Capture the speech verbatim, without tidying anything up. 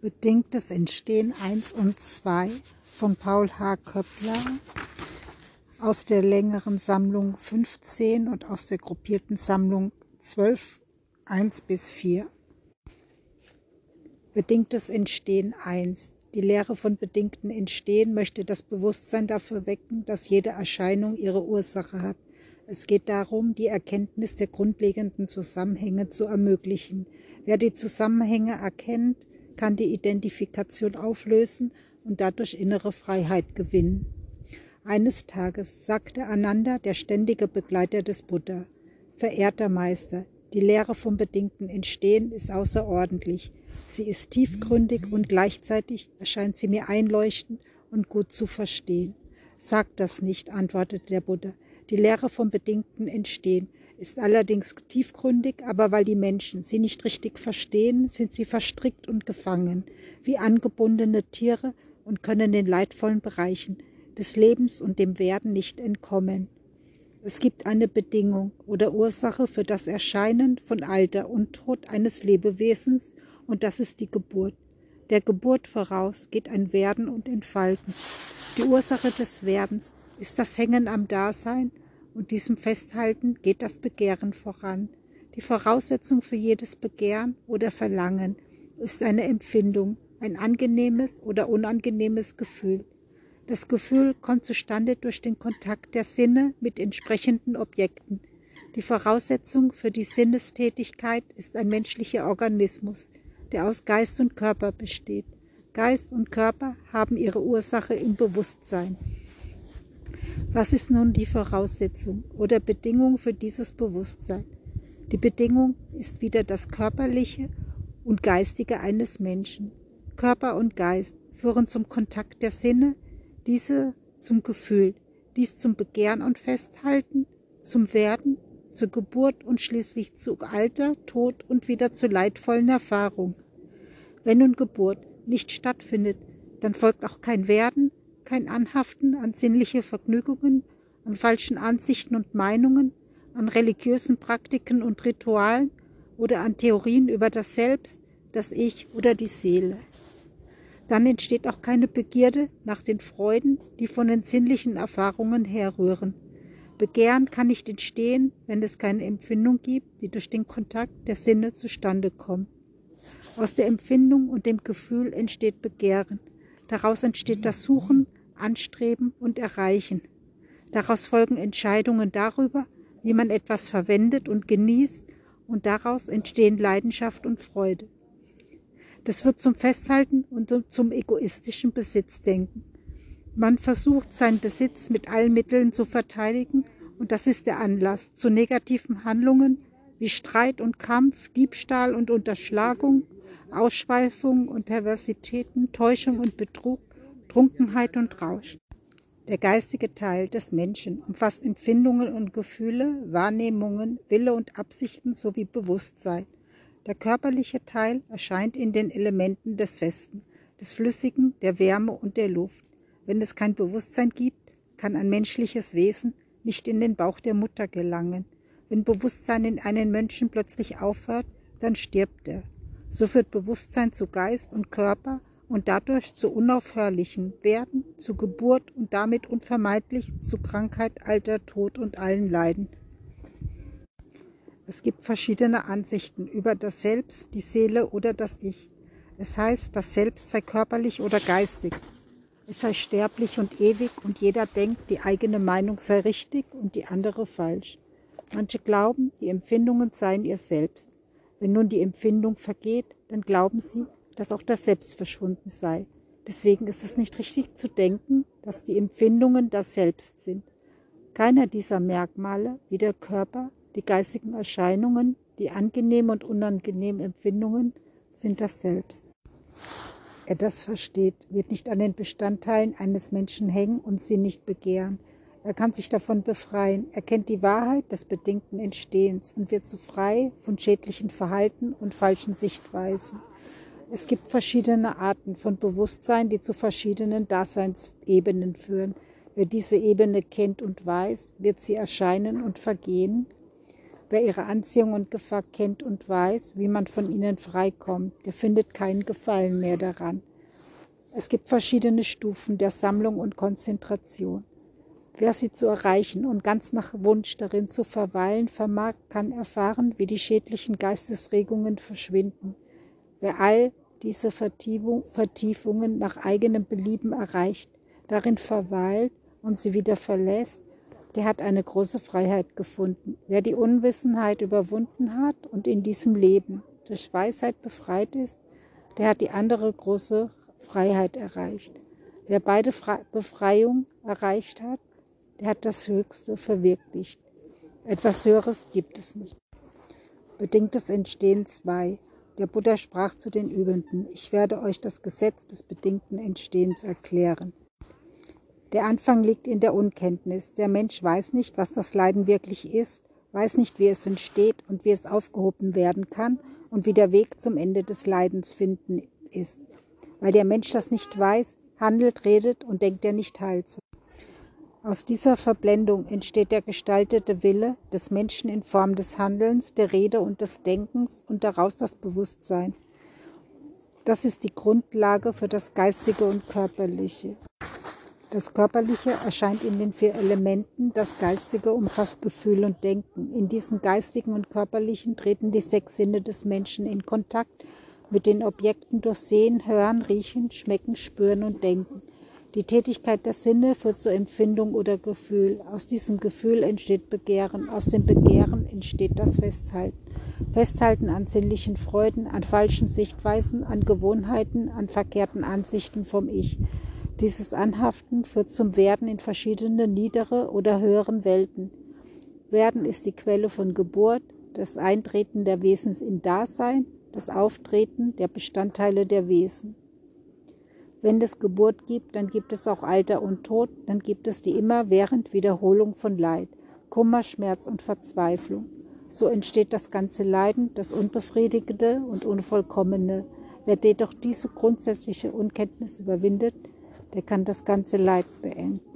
Bedingtes Entstehen eins und zwei von Paul H. Köppler aus der längeren Sammlung fünfzehn und aus der gruppierten Sammlung zwölf, eins bis vier. Bedingtes Entstehen eins. Die Lehre von bedingtem Entstehen möchte das Bewusstsein dafür wecken, dass jede Erscheinung ihre Ursache hat. Es geht darum, die Erkenntnis der grundlegenden Zusammenhänge zu ermöglichen. Wer die Zusammenhänge erkennt, kann die Identifikation auflösen und dadurch innere Freiheit gewinnen. Eines Tages sagte Ananda, der ständige Begleiter des Buddha: Verehrter Meister, die Lehre vom bedingten Entstehen ist außerordentlich. Sie ist tiefgründig und gleichzeitig erscheint sie mir einleuchtend und gut zu verstehen. Sag das nicht, antwortete der Buddha. Die Lehre vom bedingten Entstehen ist allerdings tiefgründig, aber weil die Menschen sie nicht richtig verstehen, sind sie verstrickt und gefangen, wie angebundene Tiere, und können den leidvollen Bereichen des Lebens und dem Werden nicht entkommen. Es gibt eine Bedingung oder Ursache für das Erscheinen von Alter und Tod eines Lebewesens, und das ist die Geburt. Der Geburt voraus geht ein Werden und Entfalten. Die Ursache des Werdens ist das Hängen am Dasein, und diesem Festhalten geht das Begehren voran. Die Voraussetzung für jedes Begehren oder Verlangen ist eine Empfindung, ein angenehmes oder unangenehmes Gefühl. Das Gefühl kommt zustande durch den Kontakt der Sinne mit entsprechenden Objekten. Die Voraussetzung für die Sinnestätigkeit ist ein menschlicher Organismus, der aus Geist und Körper besteht. Geist und Körper haben ihre Ursache im Bewusstsein. Was ist nun die Voraussetzung oder Bedingung für dieses Bewusstsein? Die Bedingung ist wieder das Körperliche und Geistige eines Menschen. Körper und Geist führen zum Kontakt der Sinne, diese zum Gefühl, dies zum Begehren und Festhalten, zum Werden, zur Geburt und schließlich zu Alter, Tod und wieder zu leidvollen Erfahrungen. Wenn nun Geburt nicht stattfindet, dann folgt auch kein Werden, kein Anhaften an sinnliche Vergnügungen, an falschen Ansichten und Meinungen, an religiösen Praktiken und Ritualen oder an Theorien über das Selbst, das Ich oder die Seele. Dann entsteht auch keine Begierde nach den Freuden, die von den sinnlichen Erfahrungen herrühren. Begehren kann nicht entstehen, wenn es keine Empfindung gibt, die durch den Kontakt der Sinne zustande kommt. Aus der Empfindung und dem Gefühl entsteht Begehren. Daraus entsteht das Suchen, Anstreben und Erreichen. Daraus folgen Entscheidungen darüber, wie man etwas verwendet und genießt, und daraus entstehen Leidenschaft und Freude. Das wird zum Festhalten und zum egoistischen Besitzdenken. Man versucht, seinen Besitz mit allen Mitteln zu verteidigen, und das ist der Anlass zu negativen Handlungen wie Streit und Kampf, Diebstahl und Unterschlagung, Ausschweifung und Perversitäten, Täuschung und Betrug, Trunkenheit und Rausch. Der geistige Teil des Menschen umfasst Empfindungen und Gefühle, Wahrnehmungen, Wille und Absichten sowie Bewusstsein. Der körperliche Teil erscheint in den Elementen des Festen, des Flüssigen, der Wärme und der Luft. Wenn es kein Bewusstsein gibt, kann ein menschliches Wesen nicht in den Bauch der Mutter gelangen. Wenn Bewusstsein in einem Menschen plötzlich aufhört, dann stirbt er. So wird Bewusstsein zu Geist und Körper und dadurch zu unaufhörlichem Werden, zu Geburt und damit unvermeidlich zu Krankheit, Alter, Tod und allen Leiden. Es gibt verschiedene Ansichten über das Selbst, die Seele oder das Ich. Es heißt, das Selbst sei körperlich oder geistig. Es sei sterblich und ewig, und jeder denkt, die eigene Meinung sei richtig und die andere falsch. Manche glauben, die Empfindungen seien ihr Selbst. Wenn nun die Empfindung vergeht, dann glauben sie, dass auch das Selbst verschwunden sei. Deswegen ist es nicht richtig zu denken, dass die Empfindungen das Selbst sind. Keiner dieser Merkmale, wie der Körper, die geistigen Erscheinungen, die angenehmen und unangenehmen Empfindungen, sind das Selbst. Wer das versteht, wird nicht an den Bestandteilen eines Menschen hängen und sie nicht begehren. Er kann sich davon befreien, er kennt die Wahrheit des bedingten Entstehens und wird so frei von schädlichen Verhalten und falschen Sichtweisen. Es gibt verschiedene Arten von Bewusstsein, die zu verschiedenen Daseinsebenen führen. Wer diese Ebene kennt und weiß, wird sie erscheinen und vergehen. Wer ihre Anziehung und Gefahr kennt und weiß, wie man von ihnen freikommt, der findet keinen Gefallen mehr daran. Es gibt verschiedene Stufen der Sammlung und Konzentration. Wer sie zu erreichen und ganz nach Wunsch darin zu verweilen vermag, kann erfahren, wie die schädlichen Geistesregungen verschwinden. Wer all diese Vertiefungen nach eigenem Belieben erreicht, darin verweilt und sie wieder verlässt, der hat eine große Freiheit gefunden. Wer die Unwissenheit überwunden hat und in diesem Leben durch Weisheit befreit ist, der hat die andere große Freiheit erreicht. Wer beide Befreiung erreicht hat, der hat das Höchste verwirklicht. Etwas Höheres gibt es nicht. Bedingtes Entstehen zwei. Der Buddha sprach zu den Übenden: Ich werde euch das Gesetz des bedingten Entstehens erklären. Der Anfang liegt in der Unkenntnis. Der Mensch weiß nicht, was das Leiden wirklich ist, weiß nicht, wie es entsteht und wie es aufgehoben werden kann und wie der Weg zum Ende des Leidens finden ist. Weil der Mensch das nicht weiß, handelt, redet und denkt er nicht heilsam. Aus dieser Verblendung entsteht der gestaltete Wille des Menschen in Form des Handelns, der Rede und des Denkens und daraus das Bewusstsein. Das ist die Grundlage für das Geistige und Körperliche. Das Körperliche erscheint in den vier Elementen, das Geistige umfasst Gefühl und Denken. In diesen Geistigen und Körperlichen treten die sechs Sinne des Menschen in Kontakt mit den Objekten durch Sehen, Hören, Riechen, Schmecken, Spüren und Denken. Die Tätigkeit der Sinne führt zur Empfindung oder Gefühl. Aus diesem Gefühl entsteht Begehren, aus dem Begehren entsteht das Festhalten. Festhalten an sinnlichen Freuden, an falschen Sichtweisen, an Gewohnheiten, an verkehrten Ansichten vom Ich. Dieses Anhaften führt zum Werden in verschiedene niedere oder höheren Welten. Werden ist die Quelle von Geburt, das Eintreten der Wesens in Dasein, das Auftreten der Bestandteile der Wesen. Wenn es Geburt gibt, dann gibt es auch Alter und Tod, dann gibt es die immerwährend Wiederholung von Leid, Kummer, Schmerz und Verzweiflung. So entsteht das ganze Leiden, das Unbefriedigende und Unvollkommene. Wer jedoch diese grundsätzliche Unkenntnis überwindet, der kann das ganze Leid beenden.